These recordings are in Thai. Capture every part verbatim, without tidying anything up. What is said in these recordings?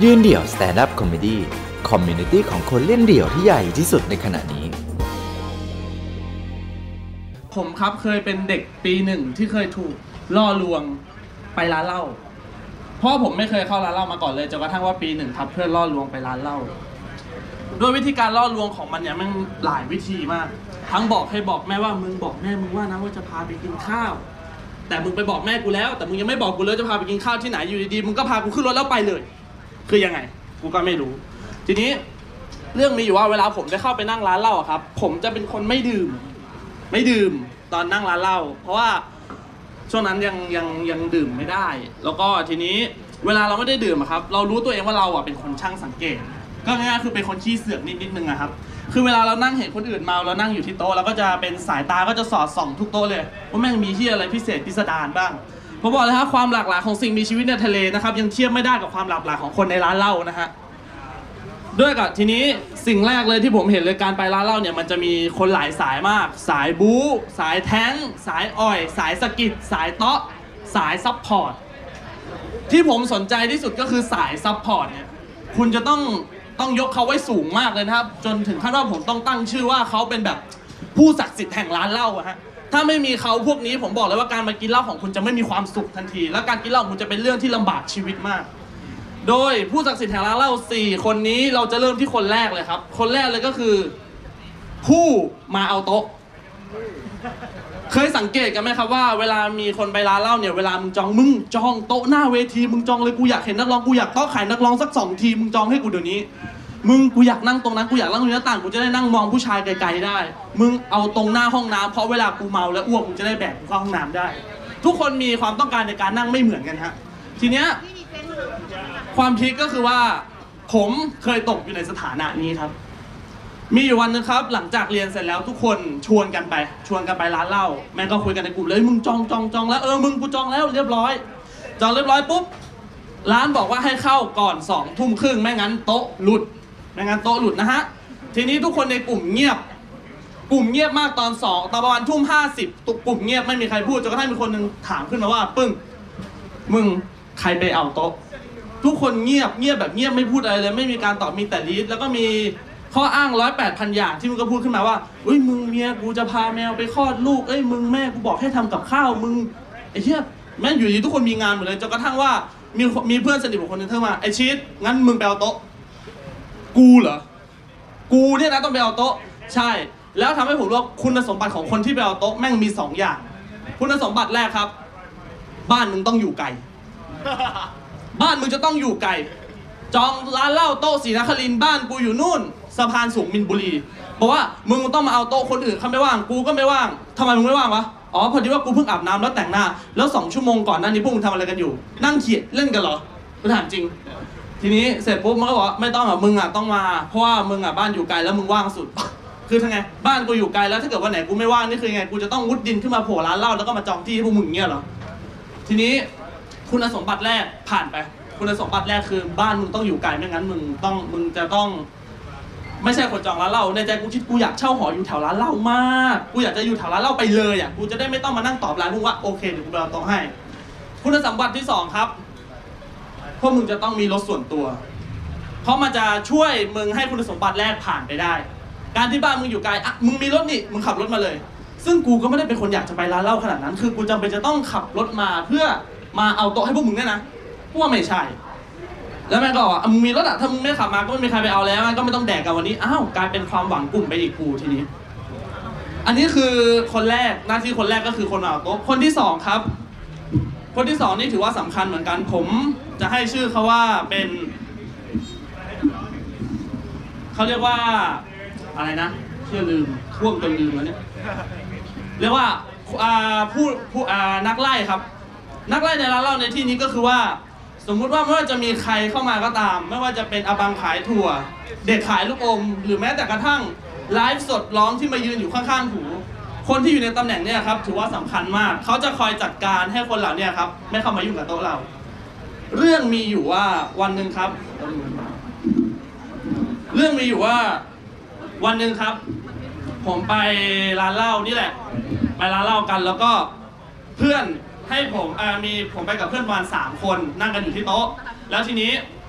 ยืนเดี่ยวสแตนด์อัพคอมเมดี้คอมมูนิตี้ของคนเล่นเดี่ยวที่ใหญ่ที่สุดในขณะนี้ผมครับเคยเป็นเด็กปีหนึ่งที่เคยถูกล่อลวงไปร้านเหล้าเพราะผมไม่เคยเข้าร้านเหล้ามาก่อนเลยจนกระทั่งว่าปีหนึ่งครับเพื่อนล่อลวงไปร้านเหล้าโดยวิธีการล่อลวงของมันเนี่ยมันหลายวิธีมากทั้งบอกให้บอกแม่ว่ามึงบอกแม่มึงว่านะว่าจะพาไปกินข้าวแต่มึงไปบอกแม่กูแล้วแต่มึงยังไม่บอกกูเลยจะพาไปกินข้าวที่ไหนอยู่ดีๆมึงก็พากูขึ้นรถแล้วไปเลยคือยังไงกูก็ไม่รู้ทีนี้เรื่องมีอยู่ว่าเวลาผมได้เข้าไปนั่งร้านเหล้าครับผมจะเป็นคนไม่ดื่มไม่ดื่มตอนนั่งร้านเหล้าเพราะว่าช่วงนั้นยังยังยังดื่มไม่ได้แล้วก็ทีนี้เวลาเราไม่ได้ดื่มครับเรารู้ตัวเองว่าเราอ่ะเป็นคนช่างสังเกตก็ง่ายๆคือเป็นคนขี้เสือกนิดนิดนึงนะครับคือเวลาเรานั่งเห็นคนอื่นเมาเรานั่งอยู่ที่โต๊ะเราก็จะเป็นสายตาก็จะสอดส่องทุกโต๊ะเลยว่าแม่งมีที่อะไรพิเศษพิสดารบ้างผมบอกเลยครับความหลากหลายของสิ่งมีชีวิตในทะเลนะครับยังเทียบไม่ได้กับความหลากหลายของคนในร้านเหล้านะฮะด้วยกับทีนี้สิ่งแรกเลยที่ผมเห็นเลยการไปร้านเหล้าเนี่ยมันจะมีคนหลายสายมากสายบู๊สายแท้งสายอ่อยสายสกิดสายเตาะสายซัพพอร์ตที่ผมสนใจที่สุดก็คือสายซัพพอร์ตเนี่ยคุณจะต้องต้องยกเขาไว้สูงมากเลยนะครับจนถึงขั้นว่าผมต้องตั้งชื่อว่าเขาเป็นแบบผู้ศักดิ์สิทธิ์แห่งร้านเหล้าอะฮะถ้าไม่มีเขาพวกนี้ผมบอกเลยว่าการมากินเหล้าของคุณจะไม่มีความสุขทันทีและการกินเหล้าของคุณจะเป็นเรื่องที่ลำบากชีวิตมากโดยผู้ศักดิ์สิทธิ์แห่งร้านเหล้าสี่คนนี้เราจะเริ่มที่คนแรกเลยครับคนแรกเลยก็คือผู้มาเอาโต๊ะเคยสังเกตกันไหมครับว่าเวลามีคนไปร้านเหล้าเนี่ยเวลามึงจองมึงจองโต๊ะหน้าเวทีมึงจองเลยกูอยากเห็นนักร้องกูอยากโต๊ะขายนักร้องสักสองทีมึงจองให้กูเดี๋ยวนี้มึงกูอยากนั่งตรงนั้นกูอยากนั่งตรงหน้าต่างกูจะได้นั่งมองผู้ชายไกลๆได้มึงเอาตรงหน้าห้องน้ำเพราะเวลากูเมาแล้วอ้วกมึงจะได้แบกกูเข้าห้องน้ำได้ทุกคนมีความต้องการในการนั่งไม่เหมือนกันฮะทีเนี้ยความพีคก็คือว่าผมเคยตกอยู่ในสถานะนี้ครับมีอยู่วันนึงครับหลังจากเรียนเสร็จแล้วทุกคนชวนกันไปชวนกันไปร้านเหล้าแม่งก็คุยกันในกลุ่มเลยมึงจองจองจองแล้วเออมึงกูจองแล้วเรียบร้อยจองเรียบร้อยปุ๊บร้านบอกว่าให้เข้าก่อนสองทุ่มครึ่งไม่งั้นโต๊ะหลุดไม่งั้นโต๊ะหลุดนะฮะทีนี้ทุกคนในกลุ่มเงียบกลุ่มเงียบมากตอนสองตอนประมาณทุ่มห้าสิบตุกกลุ่มเงียบไม่มีใครพูดจนกระทั่งมีคนนึงถามขึ้นมาว่าปึ้งมึงใครไปเอาโต๊ะทุกคนเงียบเงียบแบบเงียบไม่พูดอะไรเลยไม่มีการตอบมีแต่ลีดแล้วก็มีข้ออ้างร้อยแปดพันอย่างที่มึงก็พูดขึ้นมาว่าอุ้ยมึงเมียกูจะพาแมวไปคลอดลูกเอ้ยมึงแม่กูบอกให้ทำกับข้าวมึงไอ้เหี้ยแม่งอยู่ดีทุกคนมีงานหมดเลยจนกระทั่งว่ามีมีเพื่อนสนิทของคนนึงเท่ามาไอ้ชีทงั้นมึงไปเอาโต๊ะกูเหรอกูเนี่ยนะต้องไปเอาโต๊ะใช่แล้วทำให้ผมรู้ว่าคุณสมบัติของคนที่ไปเอาโต๊ะแม่งมีสองอย่างคุณสมบัติแรกครับบ้านมึงต้องอยู่ไกลบ้านมึงจะต้องอยู่ไกลจองร้านเหล้าโต๊ะศรีนครินทร์บ้านกูอยู่นู่นสะพานสูงมินบุรีเพราะว่ามึงต้องมาเอาโต๊ะคนอื่นเขาไม่ว่างกูก็ไม่ว่างทำไมมึงไม่ว่างวะอ๋อพอดีว่ากูเพิ่งอาบน้ำแล้วแต่งหน้าแล้วสองชั่วโมงก่อนหน้านี้พวกมึงทำอะไรกันอยู่นั่งเขียนเล่นกันเหรอกูถามจริงทีนี้เสร็จปุ๊บมันก็บอกไม่ต้องอ่ะมึงอ่ะต้องมาเพราะว่ามึงอ่ะบ้านอยู่ไกลแล้วมึงว่างสุดคือทั้งไงบ้านกูอยู่ไกลแล้วถ้าเกิดวันไหนกูไม่ว่างนี่คือไงกูจะต้องมุดดินขึ้นมาโผล่ร้านเหล้าแล้วก็มาจองที่ให้พวกมึงเงี้ยเหรอทีนี้คุณสมบัติแรกผ่านไปคุณสมบัติแรกคือบ้านมึงต้องอยู่ไกลไม่งั้นมึงต้องมึงจะต้องไม่ใช่คนจองร้านเหล้าในใจกูคิดกูอยากเช่าหออยู่แถวร้านเหล้ามากกูอยากจะอยู่แถวร้านเหล้าไปเลยอ่ะกูจะได้ไม่ต้องมานั่งตอบร้านพวกว่าโอเคเดี๋ยวกูไปเอาโต๊ะให้คุณสมบัติที่สองครับพวกมึงจะต้องมีรถส่วนตัวเพราะมันจะช่วยมึงให้คุณสมบัติแรกผ่านไปได้การที่บ้านมึงอยู่ไกลอ่ะมึงมีรถนี่มึงขับรถมาเลยซึ่งกูก็ไม่ได้เป็นคนอยากจะไปร้านเหล้าขนาดนั้นคือกูจำเป็นจะต้องขับรถมาเพื่อมาเอาโต๊ะให้พวกมึงเนี่ยนะพวกไม่ใช่แล้วแม่ก็บอกมึงมีรถอ่ะถ้ามึงไม่ขับมาก็ไม่มีใครไปเอาแล้วมันก็ไม่ต้องแดกกันวันนี้อ้าวกลายเป็นความหวังกลุ่มไปอีกกูทีนี้อันนี้คือคนแรกหน้าที่คนแรกก็คือคนมาเอาโต๊ะคนที่สองครับคนที่สองนี่ถือว่าสำคัญเหมือนกันผมจะให้ชื่อเขาว่าเป็นเขาเรียกว่าอะไรนะชื่อลืมท่วงจนลืมแล้วเนี่ยเรียกว่าผู้ผู้นักไล่ครับนักไล่ในร้านเหล้าในที่นี้ก็คือว่าสมมุติว่าไม่ว่าจะมีใครเข้ามาก็ตามไม่ว่าจะเป็นอบังขายถั่วเด็กขายลูกอมหรือแม้แต่กระทั่งไลฟ์สดร้องที่มายืนอยู่ข้างๆหูคนที่อยู่ในตำแหน่งเนี่ยครับถือว่าสำคัญมากเขาจะคอยจัดการให้คนเหล่านี้ครับไม่เข้ามายุ่งกับโต๊ะเราเรื่องมีอยู่ว่าวันหนึ่งครับเรื่องมีอยู่ว่าวันหนึ่งครับผมไปร้านเหล้านี่แหละไปร้านเหล้ากันแล้วก็เพื่อนให้ผมมีผมไปกับเพื่อนประมาณสามคนนั่งกันอยู่ที่โต๊ะแล้วทีนี้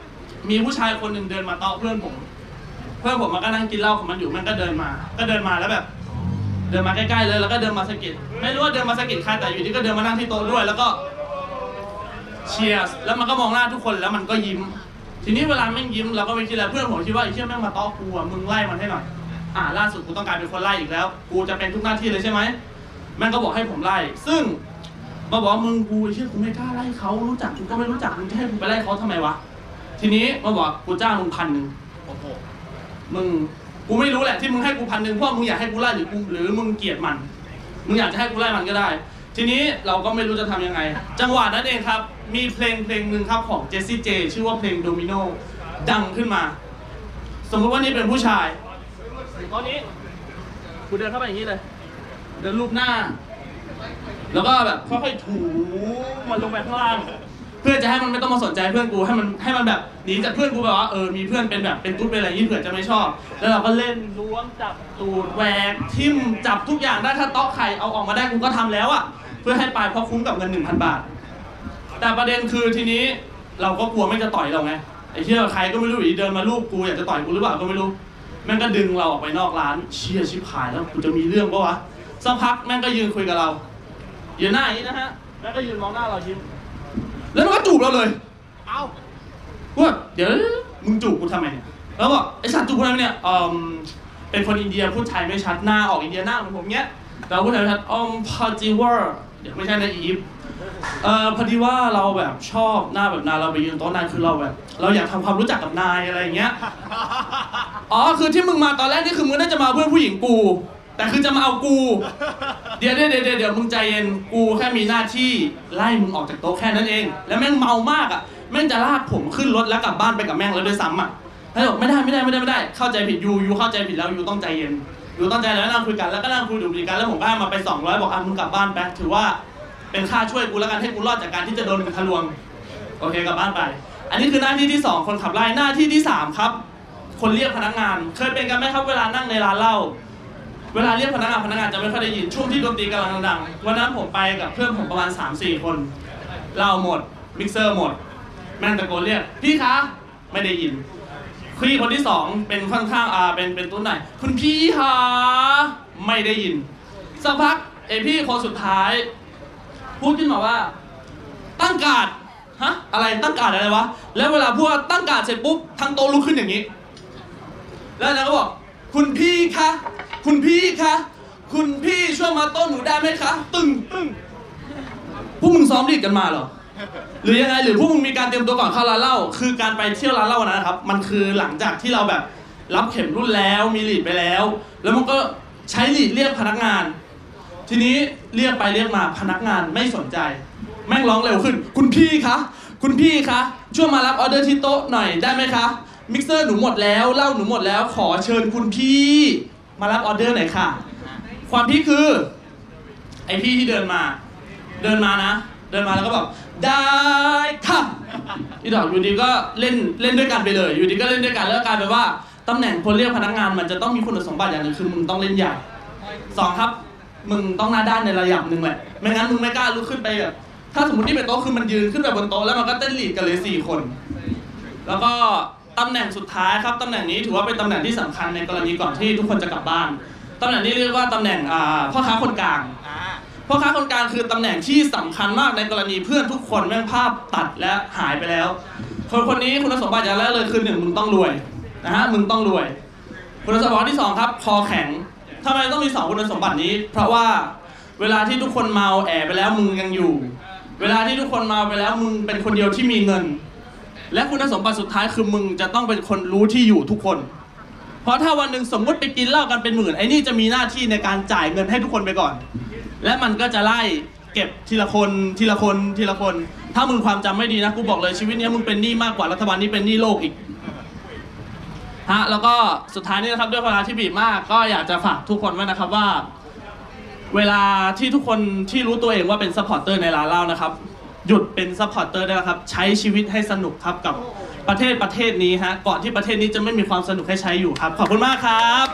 มีผู้ชายคนหนึ่งเดินมาเตาะเพื่อนผมเพื่อนผมมันก็นั่งกินเหล้าของมันอยู่มันก็เดินมาก็เดินมาแล้วแบบเดินมาใกล้ๆเลยแล้วก็เดินมาสะกิดไม่รู้ว่าเดินมาสะกิดใครแต่อยู่ที่ก็เดินมานั่งที่โต๊ะด้วยแล้วก็เชียร์แล้วมันก็มองหน้าทุกคนแล้วมันก็ยิ้มทีนี้เวลาแม่งยิ้มเราก็ไปคิดแล้วเพื่อนผมคิดว่าไอ้เชี่ยแม่งมาเตาะกูอ่ะมึงไล่มันให้หน่อยอ่าล่าสุดกูต้องการเป็นคนไล่อีกแล้วกูจะเป็นทุกหน้าที่เลยใช่ไหมแม่งก็บอกให้ผมไล่ซึ่งมาบอกว่ามึงกูไอ้เชี่ยกูไม่กล้าไล่เขารู้จักกูก็ไม่รู้จักมึงจะให้กูไปไล่เขาทำไมวะทีนี้มาบอกกูจ้างมึงพันหนึ่งโอ้โหมึงกูไม่รู้แหละที่มึงให้กูพันหนึ่งเพราะมึงอยากให้กูไล่หรือกูหรือมึงเกลียดมันมึงอยากจะให้กูไล่มันก็ได้ทีนี้เราก็ไม่รู้จะทำยังไงจังหวะนั้นเองครับมีเพลงเพลงหนึ่งครับของเจสซี่เจชื่อว่าเพลงโดมิโนดังขึ้นมาสมมติว่านี่เป็นผู้ชายตอนนี้กูเดินเข้าไปอย่างนี้เลยเดินรูปหน้าแล้วก็แบบค่อยๆถูมันลงไปข้างล่างเพื่อจะให้มันไม่ต้องมาสนใจเพื่อนกูให้มันให้มันแบบหนีจากเพื่อนกูแบบว่าเออมีเพื่อนเป็นแบบเป็นตุ๊ดเป็นอะไรอย่างนี้เผื่อจะไม่ชอบแล้วเราก็เล่นล้วงจับตูดแหวกทิ่มจับทุกอย่างได้ถ้าต๊อกไข่เอาออกมาได้กูก็ทำแล้วอ่ะเพื่อให้ปลายเพราะคุ้มกับเงิน หนึ่งพัน บาทแต่ประเด็นคือทีนี้เราก็กลัวไม่จะต่อยเราไงไอ้เชี่ยใครก็ไม่รู้อีเดินมาลูบกูอยากจะต่อยกูหรือเปล่าก็ไม่รู้แม่งก็ดึงเราออกไปนอกร้านเชี่ยชิบหายแล้วกูจะมีเรื่องปะวะสักพักแม่งก็ยืนคุยกับเรายืนหน้าอย่างนี้นะฮะแม่งก็ยืนมองหน้าเรายิ้มแล้วมันก็จูบเราเลยเอาว่าเดี๋ยวมึงจูบกูทำไมเนี่ยแล้วบอกไอ้สัตว์จูบกูทำไมเนี่ยอืมเป็นคนอินเดียพูดไทยไม่ชัดหน้าออกอินเดียหน้าเหมือนผมเนี้ยแต่พูดไทยไม่ชัดอืมพอดีว่าเดี๋ยวไม่ใช่นะอีฟเอ่อพอดีว่าเราแบบชอบหน้าแบบนายเราไปยืนโต๊ะนายคือเราแบบเราอยากทำความรู้จักกับนายอะไรอย่างเงี้ยอ๋อคือที่มึงมาตอนแรกนี่คือมึงน่าจะมาเพื่อนผู้หญิงกูแต่คือจะมาเอากูเดี๋ยวเดี๋ยวเดี๋ยวเดี๋ยวมึงใจเย็นกูแค่มีหน้าที่ไล่มึงออกจากโต๊ะแค่นั้นเองแล้วแม่งเมามากอ่ะแม่งจะลากผมขึ้นรถแล้วกลับบ้านไปกับแม่งแล้วด้วยซ้ำอ่ะแล้วบอกไม่ได้ไม่ได้ไม่ได้ไม่ได้เข้าใจผิดยูยูเข้าใจผิดแล้วยูต้องใจเย็นยูต้องใจแล้วนั่งคุยกันแล้วก็นั่งคุยดูดีกันแล้วผมก็ให้มาไปสองร้อยบอกอ่ะมึงกลับบ้านไปถือว่าเป็นค่าช่วยกูแล้วกันให้กูรอดจากการที่จะโดนมึงทะลวงโอเคกลับบ้านไปอันนี้คือหน้าที่ที่สองคนขับไล่หน้าที่ที่สามครับคนเรียกพนักงานเคยเป็นกันไหมครับเวลานั่งในร้านเหล้าเวลาเรียกพนักงานพนักงานจะไม่ค่อยได้ยินช่วงที่ดนตรีกำลังดังวันนั้นผมไปกับเพื่อนผมประมาณ สามสี่ คนเหล้าหมดมิกเซอร์หมดแม่งตะโกนเรียกพี่คะไม่ได้ยินพี่คนที่สองเป็นค่อนข้างอ่าเป็นเป็นตุ้นไหนคุณพี่คะไม่ได้ยินสักพักไอพี่คนสุดท้ายพูดขึ้นมาว่าตั้งการ์ดฮะอะไรตั้งการ์ดอะไรวะแล้วเวลาพูดตั้งการ์ดเสร็จปุ๊บทั้งโต๊ะลุกขึ้นอย่างนี้แล้วนายก็บอกคุณพี่คะคุณพี่คะคุณพี่ช่วยมาโต๊ะหนูได้ไหมคะตึ้งตึ้งพวกมึงซ้อมดีดกันมาเหรอหรือยังไงหรือพวกมึงมีการเตรียมตัวก่อนเข้าร้านเหล้าคือการไปเที่ยวร้านเหล้านะครับมันคือหลังจากที่เราแบบรับเข็มรุ่นแล้วมีลีดไปแล้วแล้วมันก็ใช้ลีดเรียกพนักงานทีนี้เรียกไปเรียกมาพนักงานไม่สนใจแม่งร้องเร็วขึ้นคุณพี่คะคุณพี่คะช่วยมารับออเดอร์ที่โต๊ะหน่อยได้ไหมคะมิกเซอร์หนูหมดแล้วเหล้าหนูหมดแล้วขอเชิญคุณพี่มารับออเดอร์หน่อยค่ะความพี่คือไอพี่ที่เดินมาเดินมานะเดินมาแล้วก็แบบได้ค่ะอีดอกอยู่ดีก็เล่นเล่นด้วยกันไปเลยอยู่ดีก็เล่นด้วยกันแล้วกลายเป็นว่าตำแหน่งคนเรียกพนักงานมันจะต้องมีคุณสมบัติอย่างหนึ่งคือมึงต้องเล่นใหญ่สองครับมึงต้องหน้าด้านในระดับหนึ่งแหละไม่งั้นมึงไม่กล้าลุกขึ้นไปแบบถ้าสมมติที่เป็นโต๊ะคือมันยืนขึ้นไปบนโต๊ะแล้วมันก็เต้นลีดกันเลยสี่คนแล้วก็ตำแหน่งสุดท้ายครับตำแหน่งนี้ถือว่าเป็นตำแหน่งที่สำคัญในกรณีก่อนที่ทุกคนจะกลับบ้านตำแหน่งนี้เรียกว่าตำแหน่งพ่อค้าคนกลางพ่อค้าคนกลางคือตำแหน่งที่สำคัญมากในกรณีเพื่อนทุกคนแม่งภาพตัดและหายไปแล้วคนคนนี้คุณสมบัติอย่างแรกเลยคือหนึ่งมึงต้องรวยนะฮะมึงต้องรวยคุณสมบัติที่สองครับคอแข็งทำไมต้องมีสองคุณสมบัตินี้เพราะว่าเวลาที่ทุกคนเมาแอบไปแล้วมึงยังอยู่เวลาที่ทุกคนเมาไปแล้วมึงเป็นคนเดียวที่มีเงินและคุณสมบัติสุดท้ายคือมึงจะต้องเป็นคนรู้ที่อยู่ทุกคนเพราะถ้าวันหนึ่งสมมติไปกินเหล้ากันเป็นหมื่นไอ้นี่จะมีหน้าที่ในการจ่ายเงินให้ทุกคนไปก่อนและมันก็จะไล่เก็บทีละคนทีละคนทีละคนถ้ามึงความจำไม่ดีนะกูบอกเลยชีวิตนี้มึงเป็นหนี้มากกว่ารัฐบาลนี้เป็นหนี้โลกอีกฮะแล้วก็สุดท้ายนี้นะครับด้วยเวลาที่บีบมากก็อยากจะฝากทุกคนไว้นะครับว่าเวลาที่ทุกคนที่รู้ตัวเองว่าเป็นซัพพอร์เตอร์ในร้านเหล้านะครับหยุดเป็นซัพพอร์เตอร์ได้แล้วครับใช้ชีวิตให้สนุกครับกับประเทศประเทศนี้ฮะก่อนที่ประเทศนี้จะไม่มีความสนุกให้ใช้อยู่ครับขอบคุณมากครับ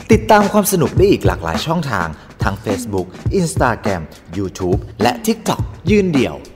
ติดตามความสนุกได้อีกหลากหลายช่องทางทั้ง Facebook Instagram YouTube และ TikTok ยืนเดี่ยว